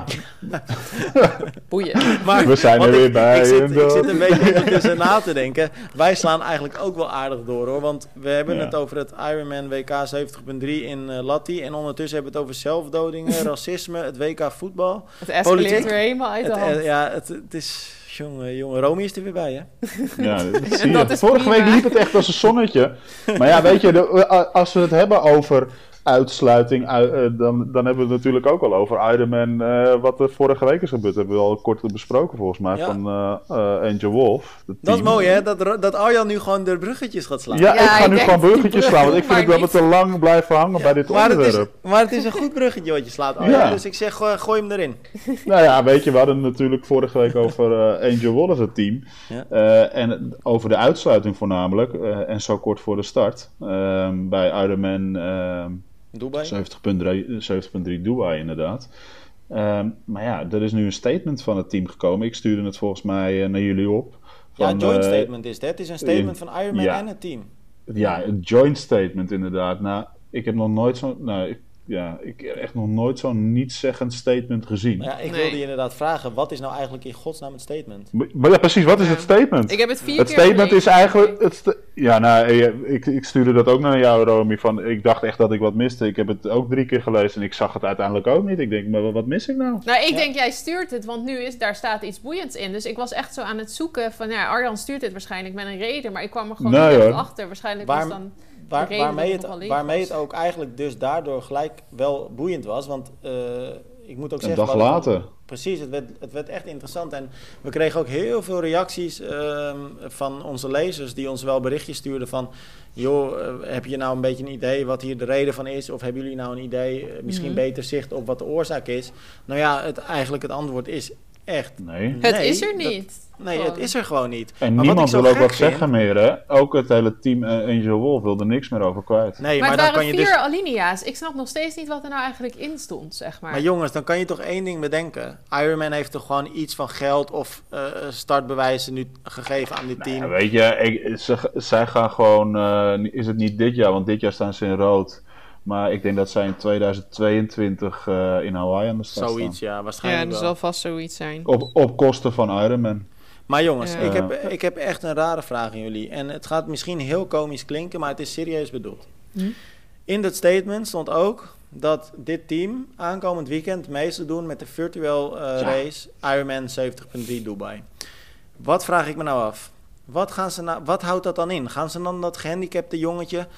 Boeien. Maar we zijn er weer bij. Ik zit een beetje ondertussen na te denken. Wij slaan eigenlijk ook wel aardig door hoor. Want we hebben het over het Ironman WK 70.3 in Latti. En ondertussen hebben we het over zelfdodingen, racisme, het WK voetbal. Het escaleert weer helemaal uit de hand. Het is... Jongen, Romy is er weer bij, hè? Ja, dat zie je. Vorige week liep het echt als een zonnetje. Maar ja, weet je, als we het hebben over uitsluiting, dan hebben we het natuurlijk ook al over Ironman, wat er vorige week is gebeurd. Dat hebben we al kort besproken volgens mij, van Angel Wolf. Dat is mooi hè, dat Arjan nu gewoon de bruggetjes gaat slaan. Ja, ik ga nu gewoon bruggetjes slaan, want ik vind dat we te lang blijven hangen bij dit onderwerp. Maar het is een goed bruggetje wat je slaat, Arjan, dus ik zeg gooi hem erin. Nou ja, weet je, we hadden het natuurlijk vorige week over Angel Wolf, het team. Ja. En over de uitsluiting voornamelijk, en zo kort voor de start, bij Ironman... Dubai? 70.3 Dubai inderdaad. Maar ja, er is nu een statement van het team gekomen. Ik stuurde het volgens mij naar jullie op. Van, joint statement is het. Het is een statement van Ironman en het team. Ja, een joint statement inderdaad. Nou, ik heb nog nooit zo... ik heb echt nog nooit zo'n nietszeggend statement gezien. Ja, ik wilde je inderdaad vragen, wat is nou eigenlijk in godsnaam het statement? Maar ja, precies, wat is het statement? Ik heb het 4 keer Het statement is eigenlijk... ik stuurde dat ook naar jou, Romy, van ik dacht echt dat ik wat miste. Ik heb het ook 3 keer gelezen en ik zag het uiteindelijk ook niet. Ik denk, maar wat mis ik nou? Nou, ik denk, jij stuurt het, want daar staat iets boeiends in. Dus ik was echt zo aan het zoeken van, Arjan stuurt dit waarschijnlijk met een reden, maar ik kwam er gewoon niet echt achter. Waarschijnlijk was dan... Waarmee het ook eigenlijk dus daardoor gelijk wel boeiend was. Want ik moet ook zeggen... Een dag later. Precies, het werd echt interessant. En we kregen ook heel veel reacties van onze lezers die ons wel berichtjes stuurden van... joh, heb je nou een beetje een idee wat hier de reden van is? Of hebben jullie nou een idee, misschien beter zicht op wat de oorzaak is? Nou ja, het antwoord is echt... Nee. Het is er niet. Het is er gewoon niet. En maar niemand wil ook wat zeggen meer, hè? Ook het hele team Angel Wolf wil er niks meer over kwijt. Nee, maar het waren 4 alinea's. Ik snap nog steeds niet wat er nou eigenlijk in stond, zeg maar. Maar jongens, dan kan je toch één ding bedenken. Ironman heeft toch gewoon iets van geld of startbewijzen nu gegeven aan dit team? Ja, weet je, zij gaan gewoon... is het niet dit jaar, want dit jaar staan ze in rood. Maar ik denk dat zij in 2022 in Hawaii aan de start staan. Zoiets, ja, waarschijnlijk wel. Ja, dat zal vast zoiets zijn. Op kosten van Ironman. Maar jongens, ik heb echt een rare vraag aan jullie. En het gaat misschien heel komisch klinken, maar het is serieus bedoeld. In dat statement stond ook dat dit team aankomend weekend mee zou doen met de virtueel race Ironman 70.3 Dubai. Wat vraag ik me nou af? Wat houdt dat dan in? Gaan ze dan dat gehandicapte jongetje...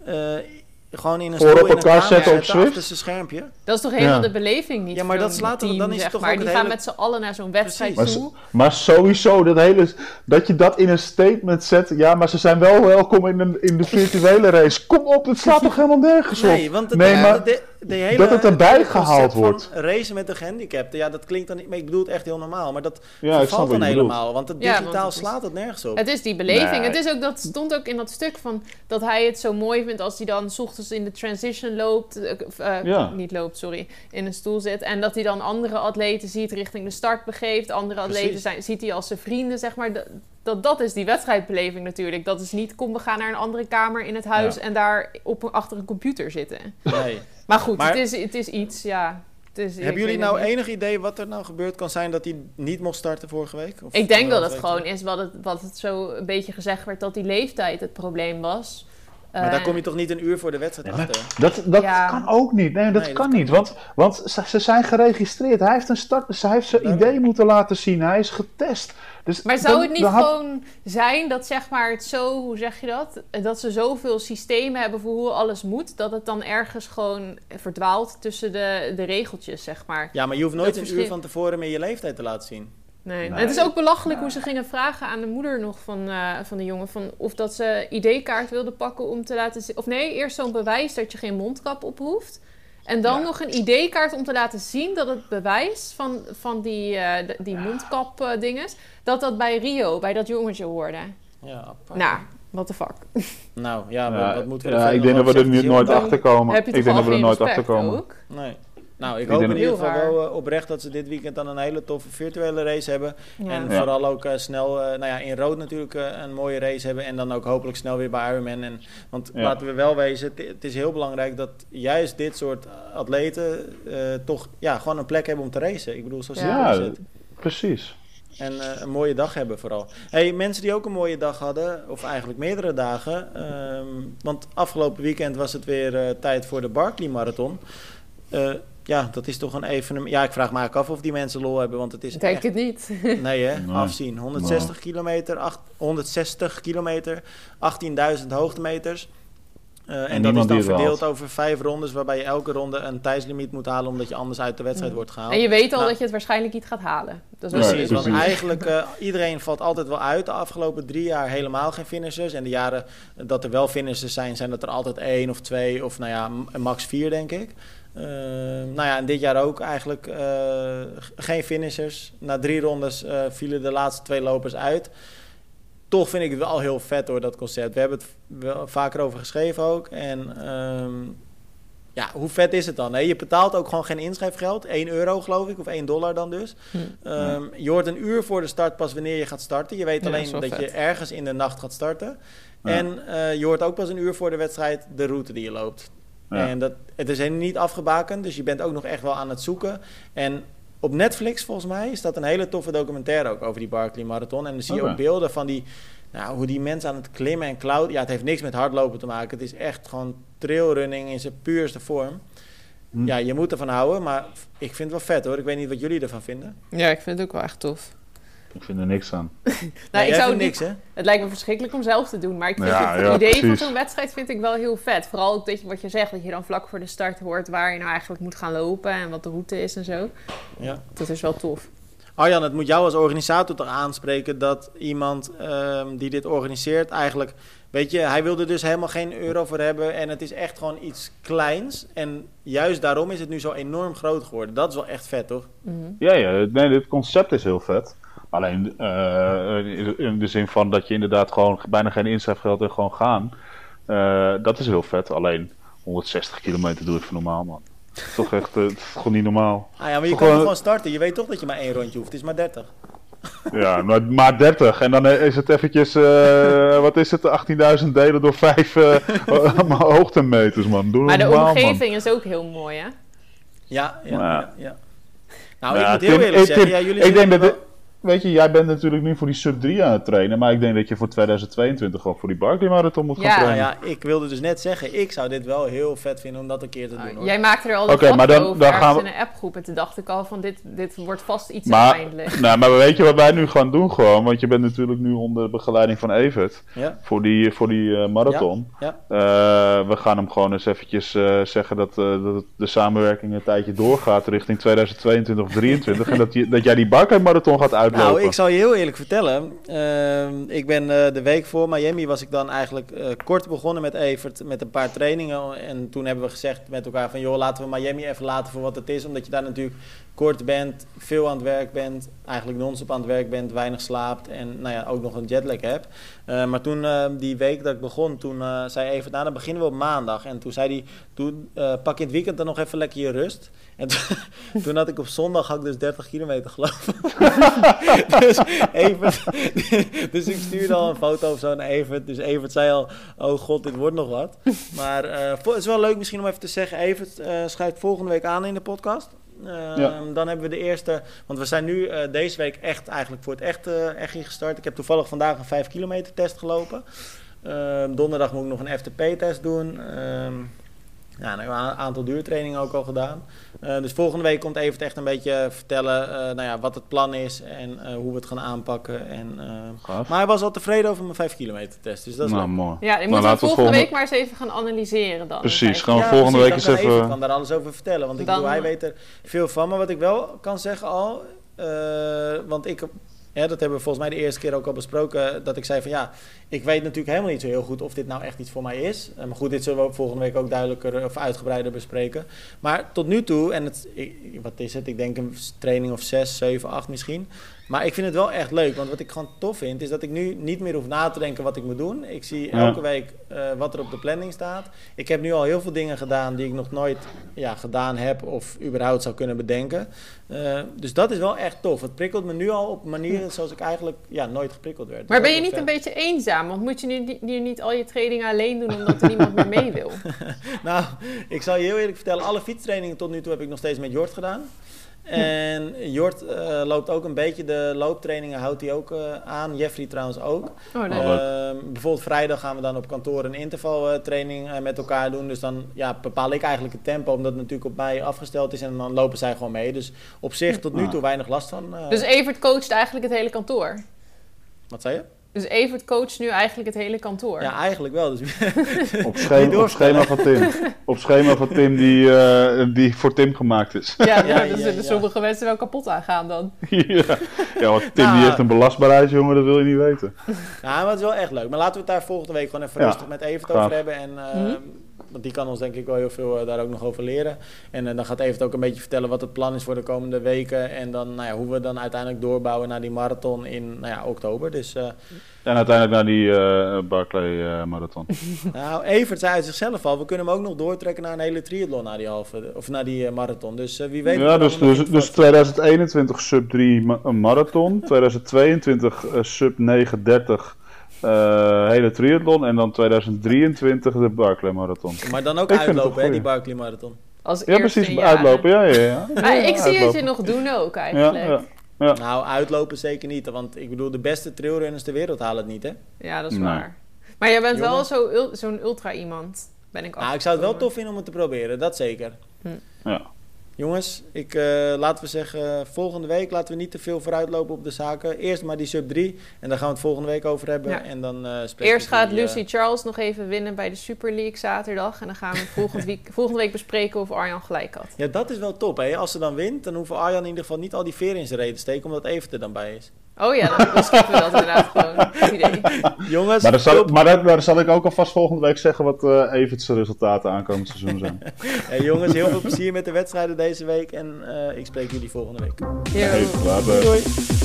gewoon in een stoel in elkaar zetten op Zwift? Schermpje. Dat is toch helemaal de beleving niet? Ja, maar dat slaat team, dan is het toch maar ook die gaan met z'n allen naar zo'n wedstrijd toe. Maar sowieso, dat je dat in een statement zet... Ja, maar ze zijn wel welkom in de virtuele race. Kom op, het slaat toch helemaal nergens op? Nee, want de hele, dat het erbij gehaald wordt. Racen met de gehandicapten, ja, dat klinkt dan niet... Maar ik bedoel het echt heel normaal. Maar dat valt dan helemaal. Want het digitaal slaat het nergens op. Het is die beleving. Nee. Het is ook, dat stond ook in dat stuk van... dat hij het zo mooi vindt als hij dan 's ochtends in de transition loopt... niet loopt, sorry, in een stoel zit. En dat hij dan andere atleten ziet richting de start begeeft. Andere atleten ziet hij als zijn vrienden, zeg maar... Dat is die wedstrijdbeleving natuurlijk. Dat is niet, kom, we gaan naar een andere kamer in het huis... en daar achter een computer zitten. Nee. Maar goed, het is iets, ja... Hebben jullie nou enig idee wat er nou gebeurd kan zijn... dat hij niet mocht starten vorige week? Of ik denk dat het gewoon is wat het zo een beetje gezegd werd... dat die leeftijd het probleem was... Maar daar kom je toch niet een uur voor de wedstrijd achter? Dat kan ook niet. Nee, dat kan niet. Want ze zijn geregistreerd. Hij heeft een start. Hij heeft zijn idee moeten laten zien. Hij is getest. Dus maar zou het niet gewoon zijn dat, zeg maar, het zo... Hoe zeg je dat? Dat ze zoveel systemen hebben voor hoe alles moet... dat het dan ergens gewoon verdwaalt tussen de regeltjes, zeg maar. Ja, maar je hoeft nooit een uur van tevoren meer je leeftijd te laten zien. Nee. Het is ook belachelijk hoe ze gingen vragen aan de moeder nog van de jongen... Van of dat ze ID-kaart wilde pakken om te laten zien... Of nee, eerst zo'n bewijs dat je geen mondkap op hoeft... En dan nog een ID-kaart om te laten zien dat het bewijs van die mondkap dinges... dat bij Rio, bij dat jongetje hoorde. Ja, apart. Nou, what the fuck. Nou, ja, wat moeten we ik denk dat we er nu nooit achter komen. Heb je toch al geen respect ook? Nee. Nou, ik hoop in ieder geval wel oprecht dat ze dit weekend dan een hele toffe virtuele race hebben. Ja. En vooral ook snel, in rood natuurlijk een mooie race hebben. En dan ook hopelijk snel weer bij Ironman. Want laten we wel wezen, het is heel belangrijk dat juist dit soort atleten toch gewoon een plek hebben om te racen. Ik bedoel, zo simpel is het. Precies. En een mooie dag hebben vooral. Hey, mensen die ook een mooie dag hadden, of eigenlijk meerdere dagen. Want afgelopen weekend was het weer tijd voor de Barkley Marathon. Dat is toch een evenement. Ja, ik vraag me eigenlijk af of die mensen lol hebben, want het is denk het niet. Nee, hè? Nee. Afzien. 160 kilometer, 18.000 hoogtemeters. En dat is dan verdeeld over 5 rondes, waarbij je elke ronde een tijdslimiet moet halen, omdat je anders uit de wedstrijd wordt gehaald. En je weet al dat je het waarschijnlijk niet gaat halen. Dat is precies, want eigenlijk iedereen valt altijd wel uit. De afgelopen 3 jaar helemaal geen finishers. En de jaren dat er wel finishers zijn dat er altijd 1 of 2 of max 4 denk ik. En dit jaar ook eigenlijk geen finishers. Na 3 rondes vielen de laatste 2 lopers uit. Toch vind ik het wel heel vet hoor, dat concept. We hebben het wel vaker over geschreven ook. En hoe vet is het dan? Hè? Je betaalt ook gewoon geen inschrijfgeld. €1 geloof ik, of $1 dan dus. Je hoort een uur voor de start pas wanneer je gaat starten. Je weet alleen dat je ergens in de nacht gaat starten. Ja. En je hoort ook pas een uur voor de wedstrijd de route die je loopt. Ja. En het is helemaal niet afgebakend, dus je bent ook nog echt wel aan het zoeken. En op Netflix volgens mij is dat een hele toffe documentaire ook over die Barkley Marathon. En dan zie je ook beelden van hoe die mensen aan het klimmen en cloud. Ja, het heeft niks met hardlopen te maken. Het is echt gewoon trailrunning in zijn puurste vorm. Ja, je moet ervan houden, maar ik vind het wel vet hoor. Ik weet niet wat jullie ervan vinden. Ja, ik vind het ook wel echt tof. Ik vind er niks aan. Ik zou niks, hè? Het lijkt me verschrikkelijk om zelf te doen. Maar ik vind het idee van zo'n wedstrijd vind ik wel heel vet. Vooral ook wat je zegt, dat je dan vlak voor de start hoort waar je nou eigenlijk moet gaan lopen en wat de route is en zo. Ja. Dat is wel tof. Arjan, het moet jou als organisator toch aanspreken dat iemand die dit organiseert eigenlijk... Weet je, hij wilde dus helemaal geen euro voor hebben en het is echt gewoon iets kleins. En juist daarom is het nu zo enorm groot geworden. Dat is wel echt vet, toch? Mm-hmm. Ja, dit concept is heel vet. Alleen in de zin van dat je inderdaad gewoon bijna geen inschrijfgeld en gewoon gaan. Dat is heel vet. Alleen 160 kilometer doe ik voor normaal, man. Toch echt, het is gewoon niet normaal. Ah ja, maar je kan gewoon starten. Je weet toch dat je maar 1 rondje hoeft. Het is maar 30. Ja, maar 30. En dan is het eventjes, wat is het, 18.000 delen door 5 hoogtemeters, man. Doe maar normaal, de omgeving is ook heel mooi, hè? Ja. Nou, ik moet heel eerlijk zeggen. Ik denk dat... Weet je, jij bent natuurlijk nu voor die sub 3 aan het trainen, maar ik denk dat je voor 2022 ook voor die Barkley Marathon moet gaan trainen. Ja, ik wilde dus net zeggen, ik zou dit wel heel vet vinden om dat een keer te doen. Hoor. Jij maakte er al een grapje over ergens in een appgroep en toen dacht ik al van dit wordt vast iets uiteindelijk. Nou, maar weet je wat wij nu gaan doen gewoon, want je bent natuurlijk nu onder begeleiding van Evert voor die marathon. Ja. We gaan hem gewoon eens eventjes zeggen dat de samenwerking een tijdje doorgaat richting 2022 of 2023 en dat jij die Barkley Marathon gaat uitlopen. Nou, ik zal je heel eerlijk vertellen. Ik ben de week voor Miami was ik dan eigenlijk kort begonnen met Evert met een paar trainingen. En toen hebben we gezegd met elkaar van joh, laten we Miami even laten voor wat het is. Omdat je daar natuurlijk kort bent, veel aan het werk bent, eigenlijk non-stop aan het werk bent, weinig slaapt en ook nog een jetlag hebt. Maar toen die week dat ik begon, toen zei Evert, dan beginnen we op maandag. En toen zei hij, pak je het weekend dan nog even lekker je rust. En toen had ik op zondag had ik dus 30 kilometer geloof dus ik stuurde al een foto of zo naar Evert. Dus Evert zei al, oh god, dit wordt nog wat. Maar het is wel leuk misschien om even te zeggen, Evert schrijft volgende week aan in de podcast. Dan hebben we de eerste, want we zijn nu deze week echt eigenlijk voor het echt gestart. Ik heb toevallig vandaag een 5 kilometer test gelopen. Donderdag moet ik nog een FTP-test doen. Een aantal duurtrainingen ook al gedaan. Dus volgende week komt Evert echt een beetje vertellen wat het plan is en hoe we het gaan aanpakken. Maar hij was al tevreden over mijn 5 kilometer test. Dus dat is mooi. Ja, die moeten we volgende week maar eens even gaan analyseren dan. Precies, gaan we volgende week eens even... Ik kan daar alles over vertellen, want hij weet er veel van. Maar wat ik wel kan zeggen al, want ik... Ja, dat hebben we volgens mij de eerste keer ook al besproken. Dat ik zei van ik weet natuurlijk helemaal niet zo heel goed of dit nou echt iets voor mij is. Maar goed, dit zullen we volgende week ook duidelijker of uitgebreider bespreken. Maar tot nu toe, en wat is het? Ik denk een training of 6, 7, 8 misschien. Maar ik vind het wel echt leuk. Want wat ik gewoon tof vind, is dat ik nu niet meer hoef na te denken wat ik moet doen. Ik zie elke week wat er op de planning staat. Ik heb nu al heel veel dingen gedaan die ik nog nooit gedaan heb of überhaupt zou kunnen bedenken. Dus dat is wel echt tof. Het prikkelt me nu al op manieren zoals ik eigenlijk nooit geprikkeld werd. Maar ben je niet een beetje eenzaam? Want moet je nu niet al je trainingen alleen doen omdat er niemand meer mee wil? Nou, ik zal je heel eerlijk vertellen. Alle fietstrainingen tot nu toe heb ik nog steeds met Jort gedaan. En Jort loopt ook een beetje de looptrainingen, houdt hij ook aan. Jeffrey trouwens ook. Bijvoorbeeld vrijdag gaan we dan op kantoor een intervaltraining met elkaar doen. Dus dan bepaal ik eigenlijk het tempo, omdat het natuurlijk op mij afgesteld is. En dan lopen zij gewoon mee. Dus op zich tot nu toe weinig last van. Dus Evert coacht eigenlijk het hele kantoor? Wat zei je? Dus Evert coacht nu eigenlijk het hele kantoor. Ja, eigenlijk wel. Dus Op schema van Tim. Op schema van Tim die voor Tim gemaakt is. Ja, daar zullen sommige mensen wel kapot aan gaan dan. Ja, want Tim die heeft een belastbaarheid, jongen, dat wil je niet weten. Ja, maar het is wel echt leuk. Maar laten we het daar volgende week gewoon even rustig met Evert over hebben. En, want die kan ons denk ik wel heel veel daar ook nog over leren. En dan gaat Evert ook een beetje vertellen wat het plan is voor de komende weken. En dan hoe we dan uiteindelijk doorbouwen naar die marathon in oktober. Dus, en uiteindelijk naar die Barclay marathon. Nou, Evert zei uit zichzelf al, we kunnen hem ook nog doortrekken naar een hele triathlon naar die marathon. Dus wie weet. Ja, dus 2021 sub 3 marathon, 2022 sub 9:30 hele triathlon en dan 2023 de Barclay marathon. Maar dan ook uitlopen, hè, die Barclay marathon. Ja, precies, uitlopen, ja. Maar ik zie het je nog doen ook eigenlijk. Ja. Nou, uitlopen zeker niet, want ik bedoel, de beste trailrunners ter wereld halen het niet, hè? Ja, dat is waar. Maar jij bent wel zo'n ultra iemand, ben ik ik zou het wel tof vinden om het te proberen, dat zeker. Ja. Jongens, laten we zeggen, volgende week laten we niet te veel vooruitlopen op de zaken. Eerst maar die sub 3 en daar gaan we het volgende week over hebben. Ja. En dan eerst gaat Lucy Charles nog even winnen bij de Super League zaterdag. En dan gaan we volgende week bespreken of Arjan gelijk had. Ja, dat is wel top, hè. Als ze dan wint, dan hoeven Arjan in ieder geval niet al die veren in zijn reet te steken, omdat Evert er dan bij is. Oh ja, dan skippen we dat inderdaad gewoon. Goed idee. Jongens, maar daar zal ik ook alvast volgende week zeggen wat Evert's resultaten aankomend seizoen zijn. Jongens, heel veel plezier met de wedstrijden deze week en ik spreek jullie volgende week. Even later. Doei.